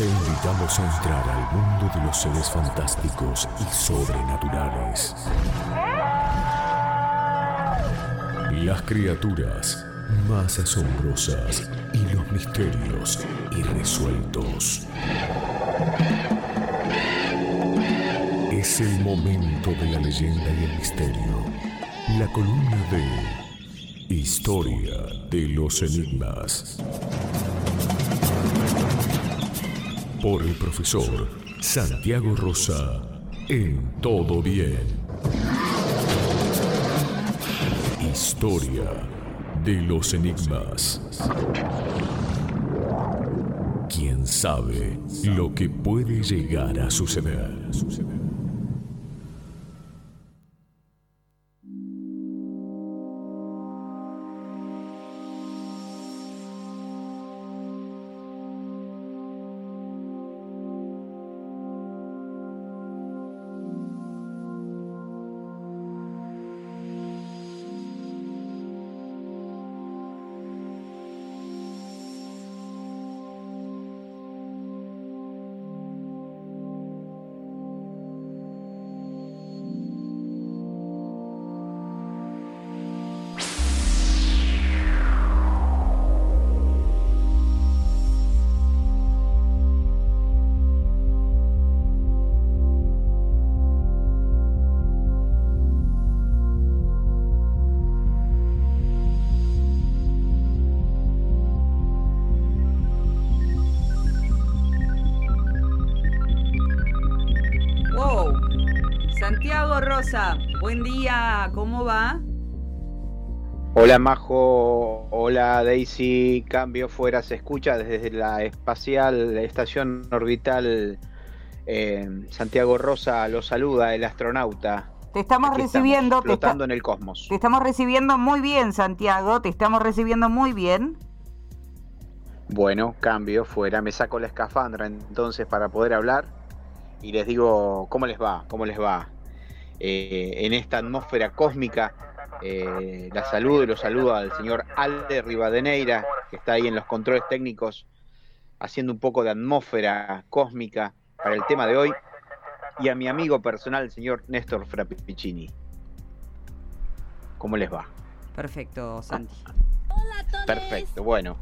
Te invitamos a entrar al mundo de los seres fantásticos y sobrenaturales. Las criaturas más asombrosas y los misterios irresueltos. Es el momento de la leyenda y el misterio. La columna de Historia de los Enigmas. Por el profesor Santiago Rosa en Todo Bien. Historia de los Enigmas. ¿Quién sabe lo que puede llegar a suceder? Santiago Rosa, buen día, ¿cómo va? Hola Majo, hola Daisy, cambio fuera, se escucha desde la estación orbital. Santiago Rosa lo saluda, el astronauta. Te estamos recibiendo, flotando en el cosmos. Te estamos recibiendo muy bien, Santiago, te estamos recibiendo muy bien. Bueno, cambio fuera, me saco la escafandra entonces para poder hablar y les digo cómo les va. En esta atmósfera cósmica, la saludo y lo saludo al señor Alde Rivadeneira, que está ahí en los controles técnicos haciendo un poco de atmósfera cósmica para el tema de hoy, y a mi amigo personal, el señor Néstor Frappicini. ¿Cómo les va? Perfecto, Santi. Hola a todos. Perfecto, bueno.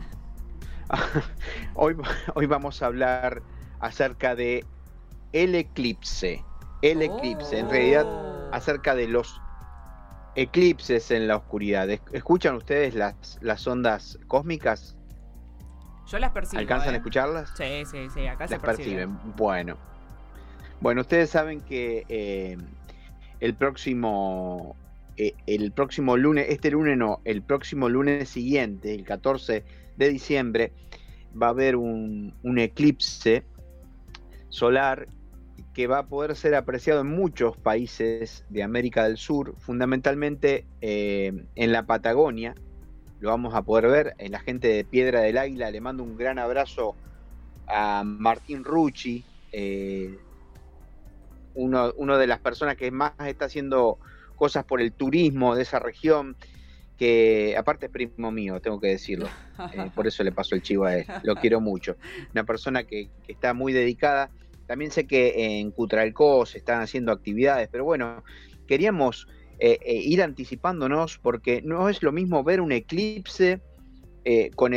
Hola. Hoy vamos a hablar acerca de el eclipse. En realidad, acerca de los eclipses en la oscuridad. ¿Escuchan ustedes las ondas cósmicas? Yo las percibo. ¿Alcanzan a escucharlas? Sí, acá se perciben. Bueno, ustedes saben que el próximo lunes, el próximo lunes siguiente, el 14 de diciembre, va a haber un eclipse solar que va a poder ser apreciado en muchos países de América del Sur, fundamentalmente en la Patagonia. Lo vamos a poder ver. La gente de Piedra del Águila, le mando un gran abrazo a Martín Rucci, uno de las personas que más está haciendo cosas por el turismo de esa región, que aparte es primo mío, tengo que decirlo, por eso le paso el chivo a él, lo quiero mucho. Una persona que está muy dedicada. También sé que en Cutralcó se están haciendo actividades, pero bueno, queríamos ir anticipándonos, porque no es lo mismo ver un eclipse con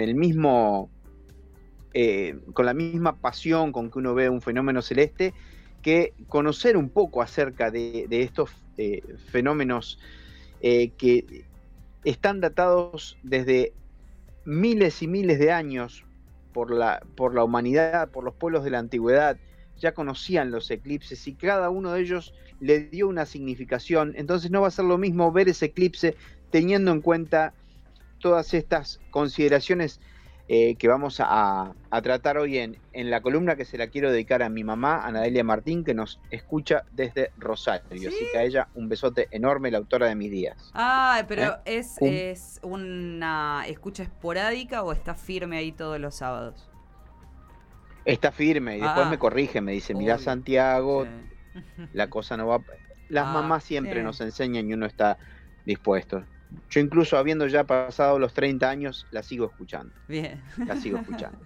la misma pasión con que uno ve un fenómeno celeste, que conocer un poco acerca de estos fenómenos que están datados desde miles y miles de años por la humanidad, por los pueblos de la antigüedad. Ya conocían los eclipses y cada uno de ellos le dio una significación. Entonces no va a ser lo mismo ver ese eclipse teniendo en cuenta todas estas consideraciones que vamos a tratar hoy en la columna, que se la quiero dedicar a mi mamá, Anadelia Martín, que nos escucha desde Rosario. ¿Sí? Así que a ella un besote enorme, la autora de mis días. Ah, pero ¿es una escucha esporádica o está firme ahí todos los sábados? Está firme y después me corrige, me dice, mirá Santiago, la cosa no va... Las mamás siempre nos enseñan y uno está dispuesto. Yo incluso habiendo ya pasado los 30 años, la sigo escuchando. Bien. La sigo escuchando.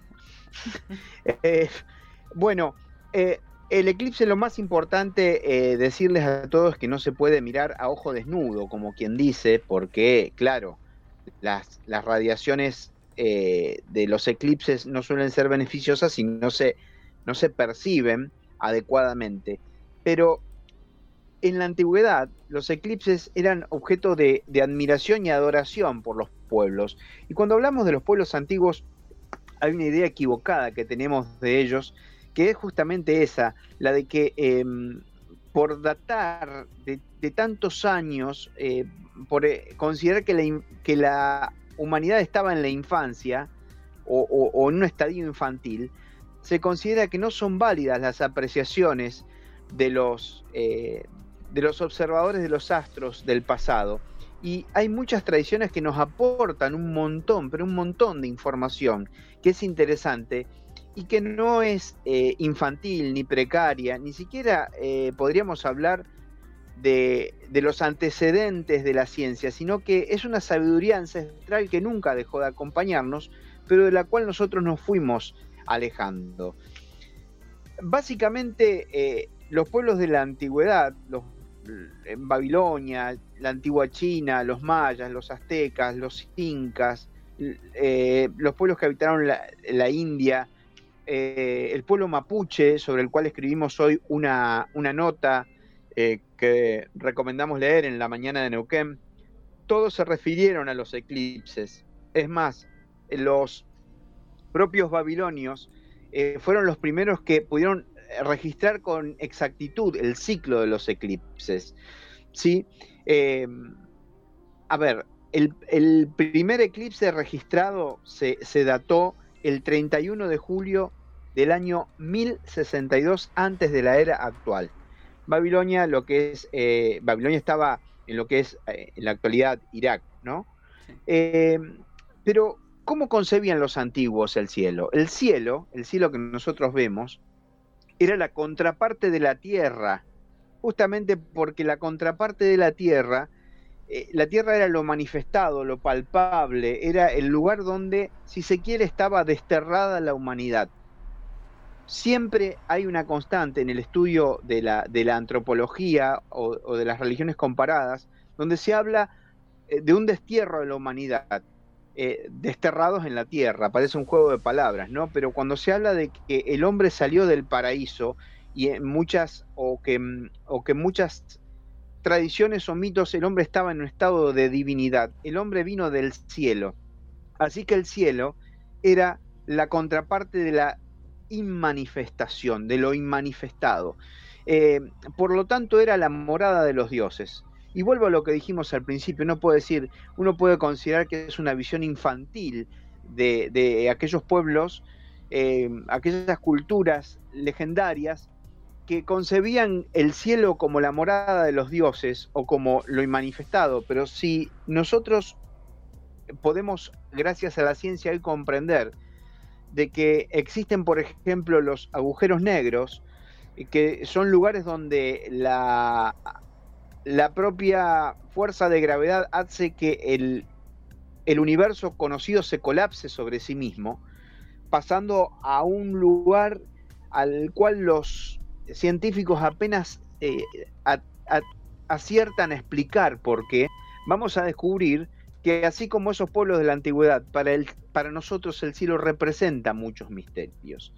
Bueno, el eclipse, lo más importante decirles a todos que no se puede mirar a ojo desnudo, como quien dice, porque, claro, las radiaciones de los eclipses no suelen ser beneficiosas y no se perciben adecuadamente. Pero en la antigüedad, los eclipses eran objeto de admiración y adoración por los pueblos. Y cuando hablamos de los pueblos antiguos, hay una idea equivocada que tenemos de ellos, que es justamente esa, la de que por datar de tantos años, por considerar que la humanidad estaba en la infancia o en un estadio infantil, se considera que no son válidas las apreciaciones de los observadores de los astros del pasado. Y hay muchas tradiciones que nos aportan un montón, pero un montón de información que es interesante y que no es infantil ni precaria, ni siquiera podríamos hablar de los antecedentes de la ciencia, sino que es una sabiduría ancestral que nunca dejó de acompañarnos, pero de la cual nosotros nos fuimos alejando. Básicamente, los pueblos de la antigüedad, en Babilonia, la antigua China, los mayas, los aztecas, los incas, los pueblos que habitaron la India, el pueblo mapuche, sobre el cual escribimos hoy una nota que recomendamos leer en La Mañana de Neuquén, todos se refirieron a los eclipses. Es más, los propios babilonios fueron los primeros que pudieron registrar con exactitud el ciclo de los eclipses, ¿sí? A ver, el primer eclipse registrado se dató el 31 de julio del año 1062 antes de la era actual. Babilonia, Babilonia estaba en lo que es en la actualidad Irak, ¿no? Pero ¿cómo concebían los antiguos el cielo? El cielo que nosotros vemos, era la contraparte de la tierra, justamente porque la contraparte de la tierra era lo manifestado, lo palpable, era el lugar donde, si se quiere, estaba desterrada la humanidad. Siempre hay una constante en el estudio de la antropología o de las religiones comparadas, donde se habla de un destierro de la humanidad, desterrados en la tierra. Parece un juego de palabras, ¿no? Pero cuando se habla de que el hombre salió del paraíso y en muchas tradiciones o mitos el hombre estaba en un estado de divinidad, el hombre vino del cielo. Así que el cielo era la contraparte de la inmanifestación, de lo inmanifestado. Por lo tanto, era la morada de los dioses. Y vuelvo a lo que dijimos al principio, uno puede considerar que es una visión infantil de aquellos pueblos, aquellas culturas legendarias que concebían el cielo como la morada de los dioses o como lo inmanifestado. Pero si nosotros podemos, gracias a la ciencia, hoy comprender de que existen, por ejemplo, los agujeros negros, que son lugares donde la propia fuerza de gravedad hace que el universo conocido se colapse sobre sí mismo, pasando a un lugar al cual los científicos apenas aciertan a explicar por qué. Vamos a descubrir que así como esos pueblos de la antigüedad, para nosotros el cielo representa muchos misterios.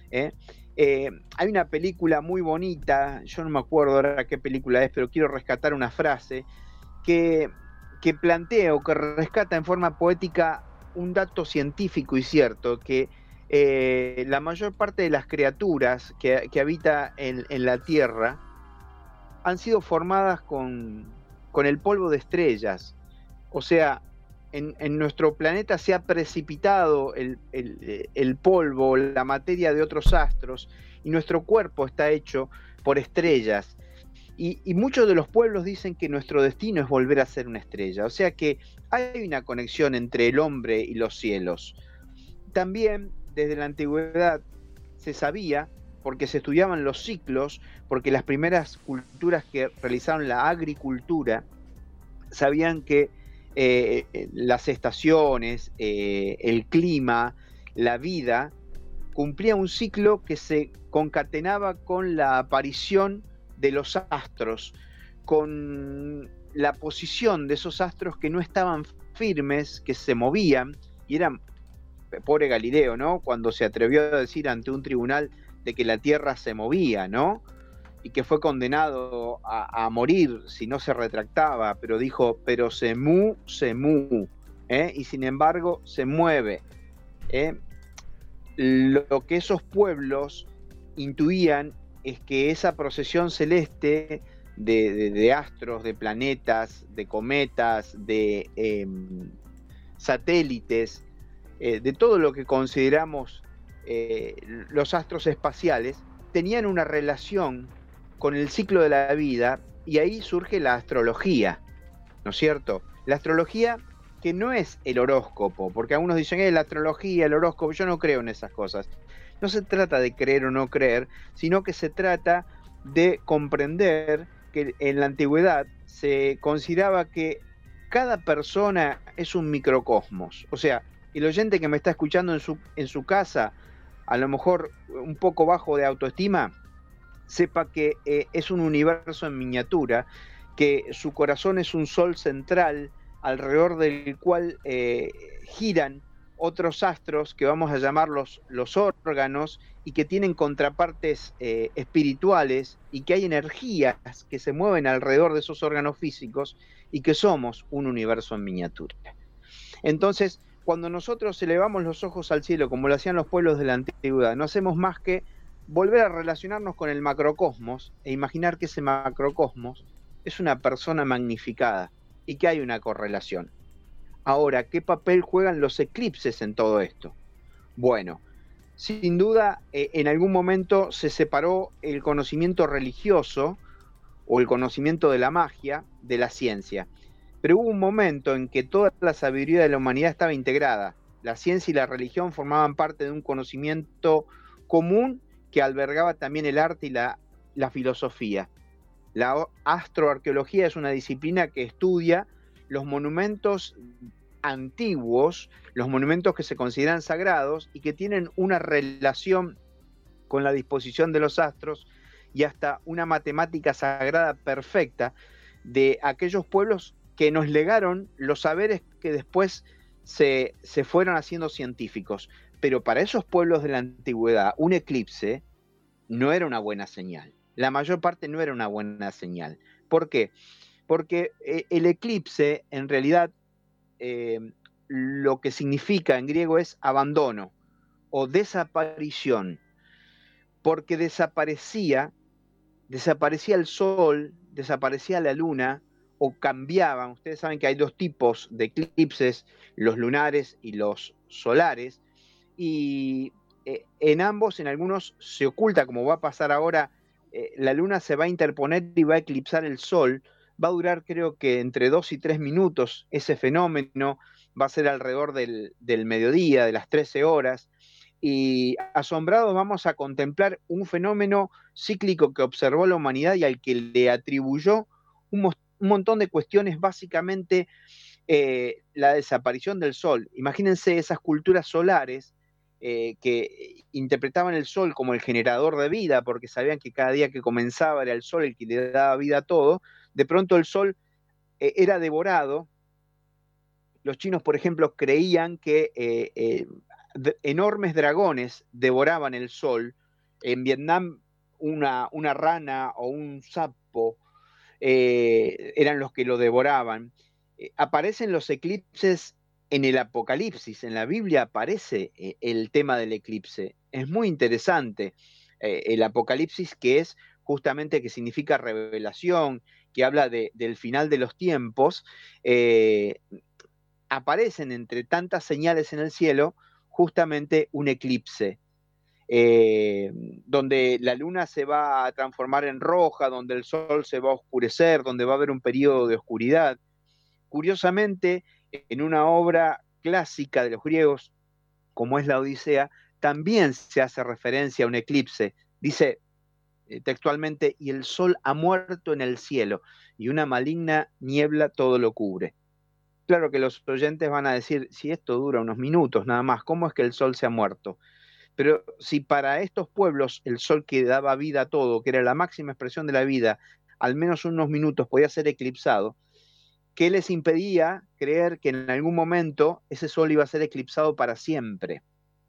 Hay una película muy bonita, yo no me acuerdo ahora qué película es, pero quiero rescatar una frase que plantea o que rescata en forma poética un dato científico y cierto, que la mayor parte de las criaturas que habita en la Tierra han sido formadas con el polvo de estrellas. O sea, en nuestro planeta se ha precipitado el polvo, la materia de otros astros, y nuestro cuerpo está hecho por estrellas. Y muchos de los pueblos dicen que nuestro destino es volver a ser una estrella. O sea que hay una conexión entre el hombre y los cielos. También desde la antigüedad se sabía, porque se estudiaban los ciclos, porque las primeras culturas que realizaron la agricultura sabían que las estaciones, el clima, la vida, cumplía un ciclo que se concatenaba con la aparición de los astros, con la posición de esos astros que no estaban firmes, que se movían, y eran, pobre Galileo, ¿no? Cuando se atrevió a decir ante un tribunal de que la Tierra se movía, ¿no? Y que fue condenado a morir si no se retractaba, pero dijo, pero se mu, y sin embargo se mueve. Lo que esos pueblos intuían es que esa procesión celeste de astros, de planetas, de cometas, de satélites, de todo lo que consideramos los astros espaciales, tenían una relación con el ciclo de la vida, y ahí surge la astrología, ¿no es cierto? La astrología que no es el horóscopo, porque algunos dicen, la astrología, el horóscopo, yo no creo en esas cosas. No se trata de creer o no creer, sino que se trata de comprender que en la antigüedad se consideraba que cada persona es un microcosmos. O sea, el oyente que me está escuchando en su casa, a lo mejor un poco bajo de autoestima, sepa que es un universo en miniatura, que su corazón es un sol central alrededor del cual giran otros astros que vamos a llamar los órganos, y que tienen contrapartes espirituales, y que hay energías que se mueven alrededor de esos órganos físicos, y que somos un universo en miniatura. Entonces, cuando nosotros elevamos los ojos al cielo, como lo hacían los pueblos de la antigüedad, no hacemos más que volver a relacionarnos con el macrocosmos e imaginar que ese macrocosmos es una persona magnificada y que hay una correlación. Ahora, ¿qué papel juegan los eclipses en todo esto? Bueno, sin duda, en algún momento se separó el conocimiento religioso o el conocimiento de la magia de la ciencia. Pero hubo un momento en que toda la sabiduría de la humanidad estaba integrada. La ciencia y la religión formaban parte de un conocimiento común que albergaba también el arte y la filosofía. La astroarqueología es una disciplina que estudia los monumentos antiguos, los monumentos que se consideran sagrados y que tienen una relación con la disposición de los astros, y hasta una matemática sagrada perfecta de aquellos pueblos que nos legaron los saberes que después se fueron haciendo científicos. Pero para esos pueblos de la antigüedad, un eclipse no era una buena señal. La mayor parte no era una buena señal. ¿Por qué? Porque el eclipse, en realidad, lo que significa en griego es abandono o desaparición. Porque desaparecía el sol, desaparecía la luna, o cambiaban. Ustedes saben que hay dos tipos de eclipses, los lunares y los solares, y en ambos, en algunos se oculta, como va a pasar ahora, la luna se va a interponer y va a eclipsar el sol. Va a durar, creo que entre 2 y 3 minutos ese fenómeno, va a ser alrededor del mediodía, de las 13 horas, y asombrados vamos a contemplar un fenómeno cíclico que observó la humanidad y al que le atribuyó un montón de cuestiones, básicamente la desaparición del sol. Imagínense esas culturas solares que interpretaban el sol como el generador de vida, porque sabían que cada día que comenzaba era el sol el que le daba vida a todo. De pronto el sol era devorado. Los chinos, por ejemplo, creían que enormes dragones devoraban el sol. En Vietnam, una rana o un sapo eran los que lo devoraban. Aparecen los eclipses en el Apocalipsis. En la Biblia aparece el tema del eclipse. Es muy interesante. El Apocalipsis, que es justamente, que significa revelación, que habla del final de los tiempos, aparecen entre tantas señales en el cielo justamente un eclipse, donde la luna se va a transformar en roja, donde el sol se va a oscurecer, donde va a haber un periodo de oscuridad. Curiosamente, en una obra clásica de los griegos, como es la Odisea, también se hace referencia a un eclipse. Dice textualmente, y el sol ha muerto en el cielo, y una maligna niebla todo lo cubre. Claro que los oyentes van a decir, si esto dura unos minutos nada más, ¿cómo es que el sol se ha muerto? Pero si para estos pueblos el sol que daba vida a todo, que era la máxima expresión de la vida, al menos unos minutos podía ser eclipsado, ¿qué les impedía creer que en algún momento ese sol iba a ser eclipsado para siempre?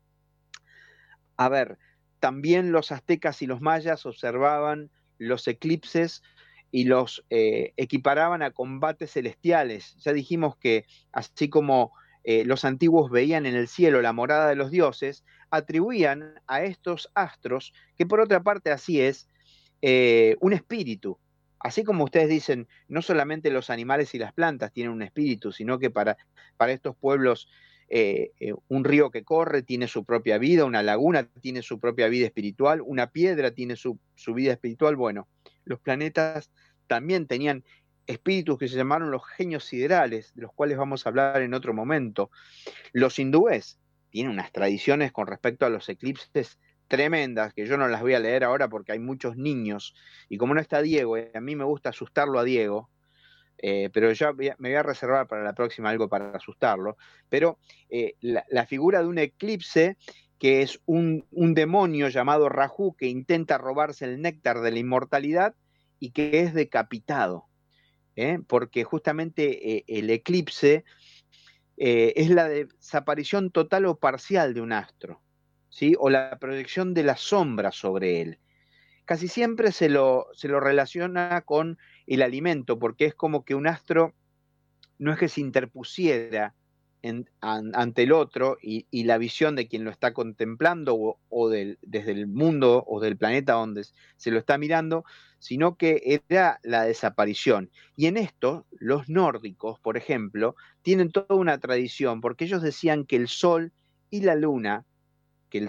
A ver, también los aztecas y los mayas observaban los eclipses y los equiparaban a combates celestiales. Ya dijimos que así como los antiguos veían en el cielo la morada de los dioses, atribuían a estos astros, que por otra parte así es, un espíritu. Así como ustedes dicen, no solamente los animales y las plantas tienen un espíritu, sino que para estos pueblos un río que corre tiene su propia vida, una laguna tiene su propia vida espiritual, una piedra tiene su vida espiritual. Bueno, los planetas también tenían espíritus que se llamaron los genios siderales, de los cuales vamos a hablar en otro momento. Los hindúes tienen unas tradiciones con respecto a los eclipses tremendas, que yo no las voy a leer ahora porque hay muchos niños, y como no está Diego, a mí me gusta asustarlo a Diego, pero ya me voy a reservar para la próxima algo para asustarlo, pero la figura de un eclipse, que es un demonio llamado Rahu, que intenta robarse el néctar de la inmortalidad y que es decapitado, porque justamente el eclipse es la desaparición total o parcial de un astro, ¿sí? O la proyección de la sombra sobre él. Casi siempre se lo relaciona con el alimento, porque es como que un astro no es que se interpusiera ante el otro y la visión de quien lo está contemplando desde el mundo o del planeta donde se lo está mirando, sino que era la desaparición. Y en esto, los nórdicos, por ejemplo, tienen toda una tradición, porque ellos decían que el sol y la luna, que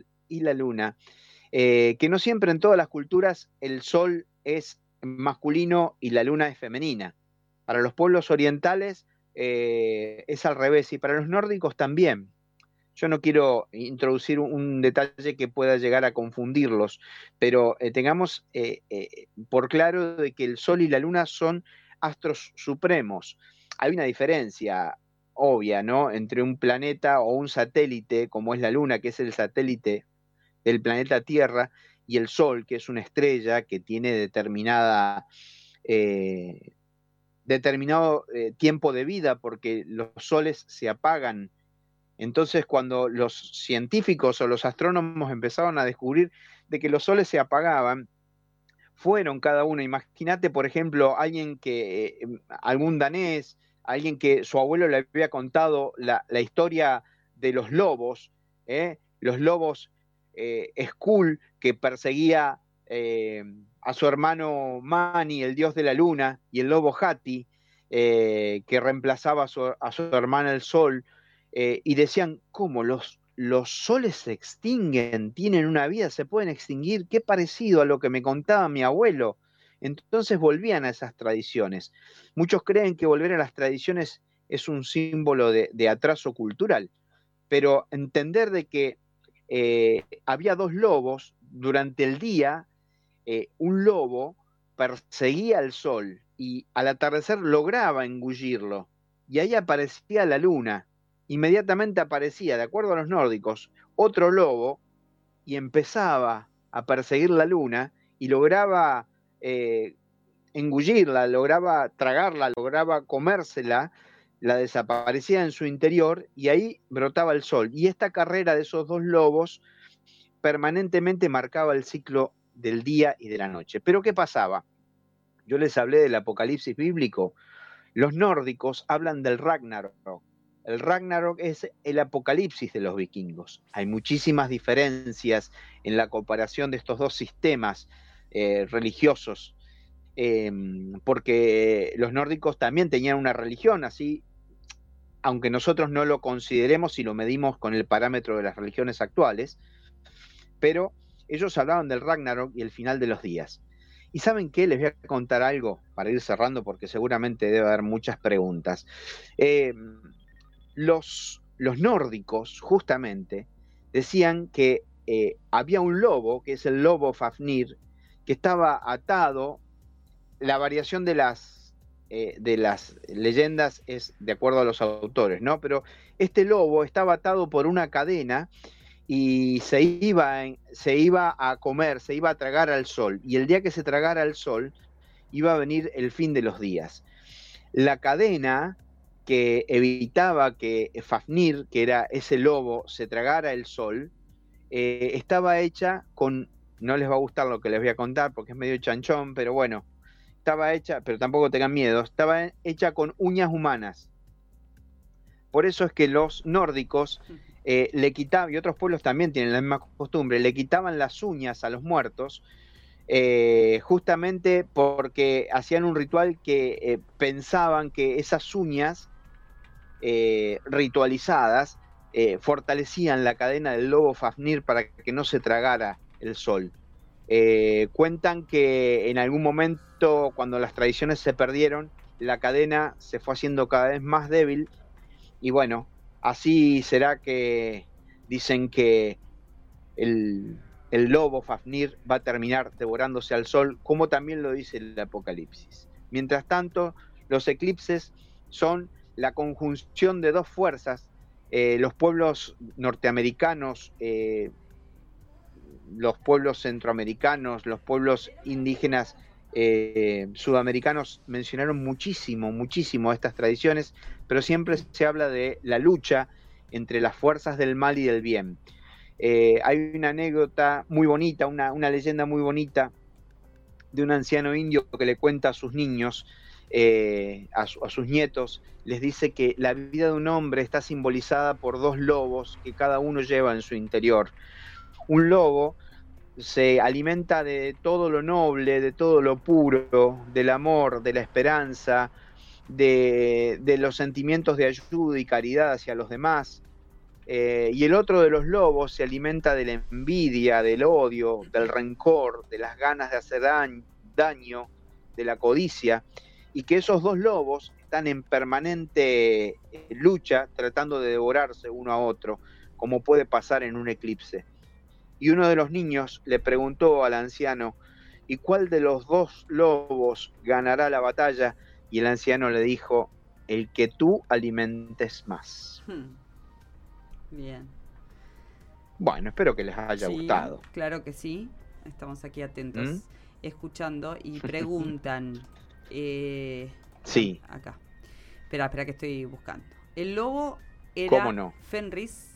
no siempre en todas las culturas el sol es masculino y la luna es femenina. Para los pueblos orientales es al revés, y para los nórdicos también. Yo no quiero introducir un detalle que pueda llegar a confundirlos, pero tengamos por claro de que el sol y la luna son astros supremos. Hay una diferencia obvia, ¿no?, entre un planeta o un satélite, como es la luna, que es el satélite del planeta Tierra, y el Sol, que es una estrella que tiene determinado tiempo de vida, porque los soles se apagan. Entonces, cuando los científicos o los astrónomos empezaron a descubrir de que los soles se apagaban, fueron cada uno, imagínate, por ejemplo, algún danés, alguien que su abuelo le había contado la historia de los lobos, los lobos Skull, que perseguía a su hermano Mani, el dios de la luna, y el lobo Hati, que reemplazaba a su hermana el sol, y decían, ¿cómo los soles se extinguen? ¿Tienen una vida? ¿Se pueden extinguir? Qué parecido a lo que me contaba mi abuelo. Entonces volvían a esas tradiciones. Muchos creen que volver a las tradiciones es un símbolo de atraso cultural, pero entender de que había dos lobos durante el día, un lobo perseguía al sol y al atardecer lograba engullirlo, y ahí aparecía la luna. Inmediatamente aparecía, de acuerdo a los nórdicos, otro lobo y empezaba a perseguir la luna y lograba engullirla, lograba tragarla, lograba comérsela, la desaparecía en su interior y ahí brotaba el sol. Y esta carrera de esos dos lobos permanentemente marcaba el ciclo del día y de la noche. Pero ¿qué pasaba? Yo les hablé del apocalipsis bíblico. Los nórdicos hablan del Ragnarok. El Ragnarok es el apocalipsis de los vikingos. Hay muchísimas diferencias en la comparación de estos dos sistemas religiosos, porque los nórdicos también tenían una religión, así, aunque nosotros no lo consideremos si lo medimos con el parámetro de las religiones actuales, pero ellos hablaban del Ragnarok y el final de los días. ¿Y saben qué? Les voy a contar algo para ir cerrando, porque seguramente debe haber muchas preguntas. Los nórdicos, justamente, decían que había un lobo, que es el lobo Fafnir, que estaba atado. La variación de las leyendas es de acuerdo a los autores, ¿no? Pero este lobo estaba atado por una cadena y se iba a comer, se iba a tragar al sol, y el día que se tragara al sol iba a venir el fin de los días. La cadena que evitaba que Fafnir, que era ese lobo, se tragara el sol, estaba hecha con, no les va a gustar lo que les voy a contar porque es medio chanchón, pero bueno, estaba hecha, pero tampoco tengan miedo, estaba hecha con uñas humanas. Por eso es que los nórdicos le quitaban, y otros pueblos también tienen la misma costumbre, le quitaban las uñas a los muertos, justamente porque hacían un ritual que pensaban que esas uñas ritualizadas fortalecían la cadena del lobo Fafnir para que no se tragara el sol. Cuentan que en algún momento, cuando las tradiciones se perdieron, la cadena se fue haciendo cada vez más débil, y bueno, así será que dicen que el lobo Fafnir va a terminar devorándose al sol, como también lo dice el Apocalipsis. Mientras tanto, los eclipses son la conjunción de dos fuerzas. Los pueblos norteamericanos, los pueblos centroamericanos, los pueblos indígenas sudamericanos mencionaron muchísimo estas tradiciones, pero siempre se habla de la lucha entre las fuerzas del mal y del bien. Hay una anécdota muy bonita, una leyenda muy bonita de un anciano indio que le cuenta a sus niños, a sus nietos, les dice que la vida de un hombre está simbolizada por dos lobos que cada uno lleva en su interior. Un lobo se alimenta de todo lo noble, de todo lo puro, del amor, de la esperanza, de los sentimientos de ayuda y caridad hacia los demás. Y el otro de los lobos se alimenta de la envidia, del odio, del rencor, de las ganas de hacer daño, de la codicia, y que esos dos lobos están en permanente lucha tratando de devorarse uno a otro, como puede pasar en un eclipse. Y uno de los niños le preguntó al anciano, ¿y cuál de los dos lobos ganará la batalla? Y el anciano le dijo, el que tú alimentes más. Bien. Bueno, espero que les haya gustado. Claro que sí. Estamos aquí atentos, escuchando, y preguntan. Sí. Acá. Espera que estoy buscando. El lobo era ¿Cómo no? Fenris.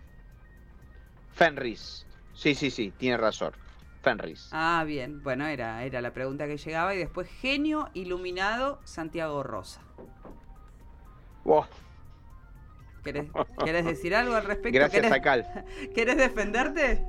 Fenris. Sí, tiene razón. Fenris. Ah, bien. Bueno, era la pregunta que llegaba. Y después, genio iluminado, Santiago Rosa. Oh. ¿Querés decir algo al respecto? Gracias a Cal. ¿Querés defenderte?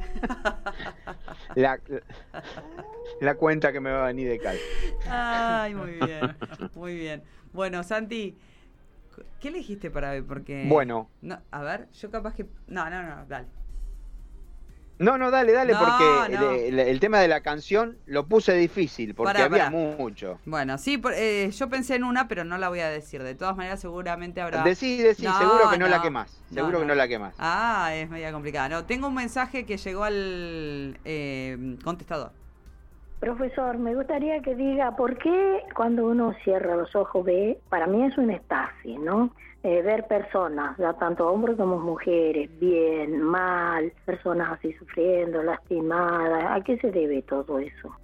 La cuenta que me va a venir de Cal. Ay, muy bien, muy bien. Bueno, Santi, ¿qué elegiste para hoy? Porque... Bueno. No, a ver, yo capaz que... No, dale. No, dale, porque el tema de la canción lo puse difícil, porque había mucho. Bueno, sí, yo pensé en una, pero no la voy a decir. De todas maneras, seguramente habrá... Decí, seguro que no la quemás. Seguro que no la quemás. Ah, es media complicada. No, tengo un mensaje que llegó al contestador. Profesor, me gustaría que diga por qué cuando uno cierra los ojos ve, para mí es un estasis, ¿no? Ver personas, ya tanto hombres como mujeres, bien, mal, personas así sufriendo, lastimadas. ¿A qué se debe todo eso?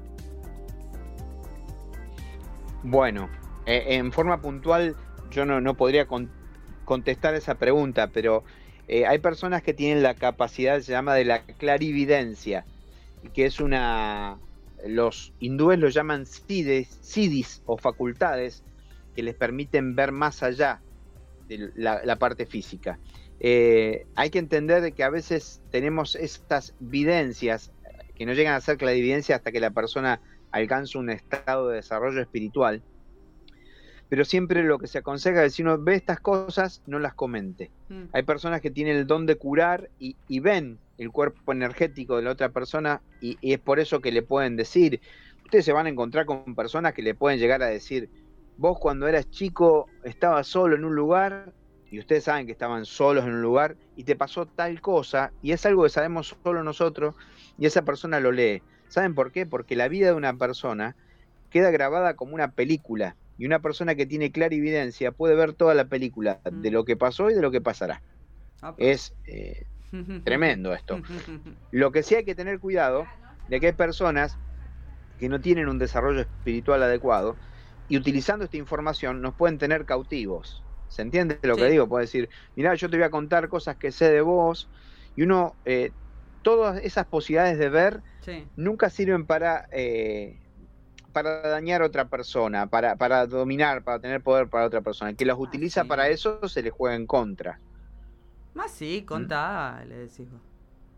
Bueno, en forma puntual yo no podría contestar esa pregunta, pero hay personas que tienen la capacidad, se llama de la clarividencia, que es los hindúes lo llaman siddhis o facultades que les permiten ver más allá de la parte física. Hay que entender que a veces tenemos estas videncias que no llegan a ser clarividencia hasta que la persona alcanza un estado de desarrollo espiritual, pero siempre lo que se aconseja es, si uno ve estas cosas, no las comente. Hay personas que tienen el don de curar y ven el cuerpo energético de la otra persona, y es por eso que le pueden decir, ustedes se van a encontrar con personas que le pueden llegar a decir, vos cuando eras chico estabas solo en un lugar, y ustedes saben que estaban solos en un lugar, y te pasó tal cosa, y es algo que sabemos solo nosotros, y esa persona lo lee. ¿Saben por qué? Porque la vida de una persona queda grabada como una película, y una persona que tiene clarividencia puede ver toda la película de lo que pasó y de lo que pasará. Es Tremendo esto. Lo que sí hay que tener cuidado de que hay personas que no tienen un desarrollo espiritual adecuado y utilizando esta información nos pueden tener cautivos. ¿Se entiende lo que digo? Puede decir, mirá, yo te voy a contar cosas que sé de vos, y uno, todas esas posibilidades de ver nunca sirven para dañar a otra persona, para dominar, para tener poder para otra persona. El que las utiliza para eso se le juega en contra. Más sí, contá, le decís vos.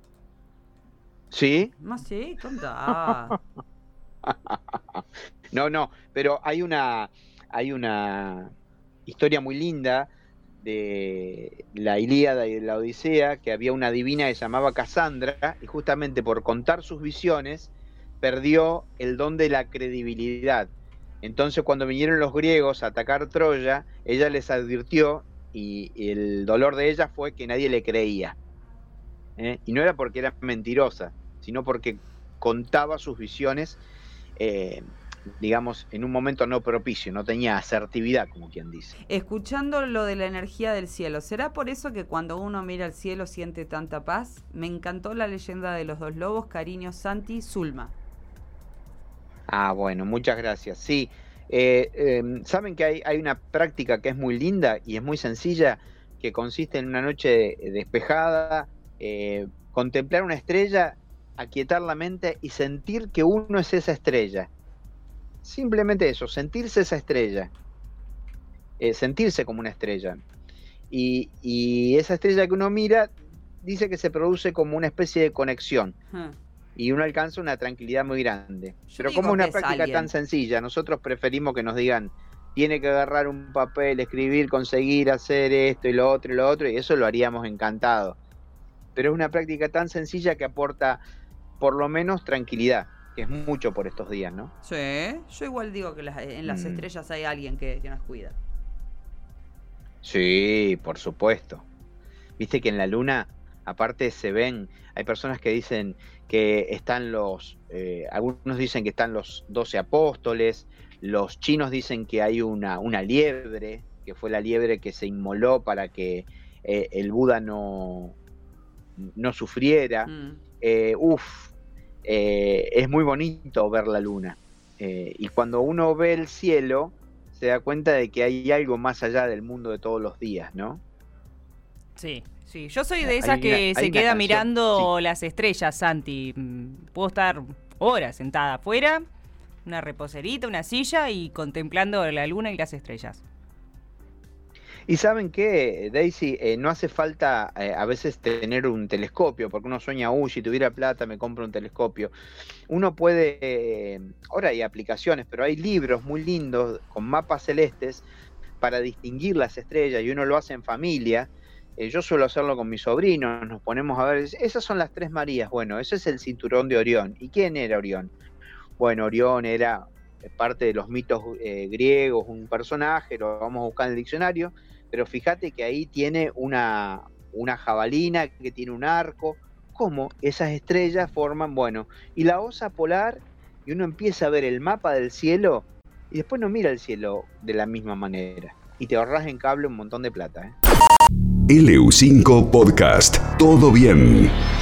¿Sí? Más sí, contá. No, pero hay una historia muy linda de la Ilíada y de la Odisea, que había una divina que se llamaba Casandra, y justamente por contar sus visiones perdió el don de la credibilidad. Entonces cuando vinieron los griegos a atacar Troya, ella les advirtió, y el dolor de ella fue que nadie le creía. Y no era porque era mentirosa, sino porque contaba sus visiones, digamos, en un momento no propicio, no tenía asertividad, como quien dice. Escuchando lo de la energía del cielo, ¿será por eso que cuando uno mira al cielo siente tanta paz? Me encantó la leyenda de los 2 lobos, cariño, Santi, Zulma. Bueno, muchas gracias. Sí, saben que hay una práctica que es muy linda y es muy sencilla, que consiste en una noche despejada, contemplar una estrella, aquietar la mente y sentir que uno es esa estrella. Simplemente eso, sentirse esa estrella, sentirse como una estrella. Y esa estrella que uno mira, dice que se produce como una especie de conexión. Y uno alcanza una tranquilidad muy grande. Pero como es una práctica tan sencilla, nosotros preferimos que nos digan, tiene que agarrar un papel, escribir, conseguir hacer esto y lo otro, y eso lo haríamos encantado. Pero es una práctica tan sencilla que aporta por lo menos tranquilidad, que es mucho por estos días, ¿no? Sí, yo igual digo que en las estrellas hay alguien que nos cuida. Sí, por supuesto. Viste que en la luna, aparte se ven, hay personas que dicen que están algunos dicen que están los 12 apóstoles, los chinos dicen que hay una liebre, que fue la liebre que se inmoló para que el Buda no sufriera. Es muy bonito ver la luna. Y cuando uno ve el cielo, se da cuenta de que hay algo más allá del mundo de todos los días, ¿no? Sí. Sí, yo soy de esas que se queda mirando las estrellas, Santi. Puedo estar horas sentada afuera, una reposerita, una silla y contemplando la luna y las estrellas. Y ¿saben qué, Daisy? No hace falta a veces tener un telescopio, porque uno sueña, si tuviera plata me compro un telescopio. Uno puede, ahora hay aplicaciones, pero hay libros muy lindos con mapas celestes para distinguir las estrellas, y uno lo hace en familia. Yo suelo hacerlo con mis sobrinos, nos ponemos a ver, esas son las 3 Marías, bueno, ese es el cinturón de Orión. ¿Y quién era Orión? Bueno, Orión era parte de los mitos griegos, un personaje, lo vamos a buscar en el diccionario, pero fíjate que ahí tiene una jabalina que tiene un arco. ¿Cómo? Esas estrellas forman, bueno, y la osa polar, y uno empieza a ver el mapa del cielo, y después no mira el cielo de la misma manera, y te ahorras en cable un montón de plata, LU5 Podcast. Todo bien.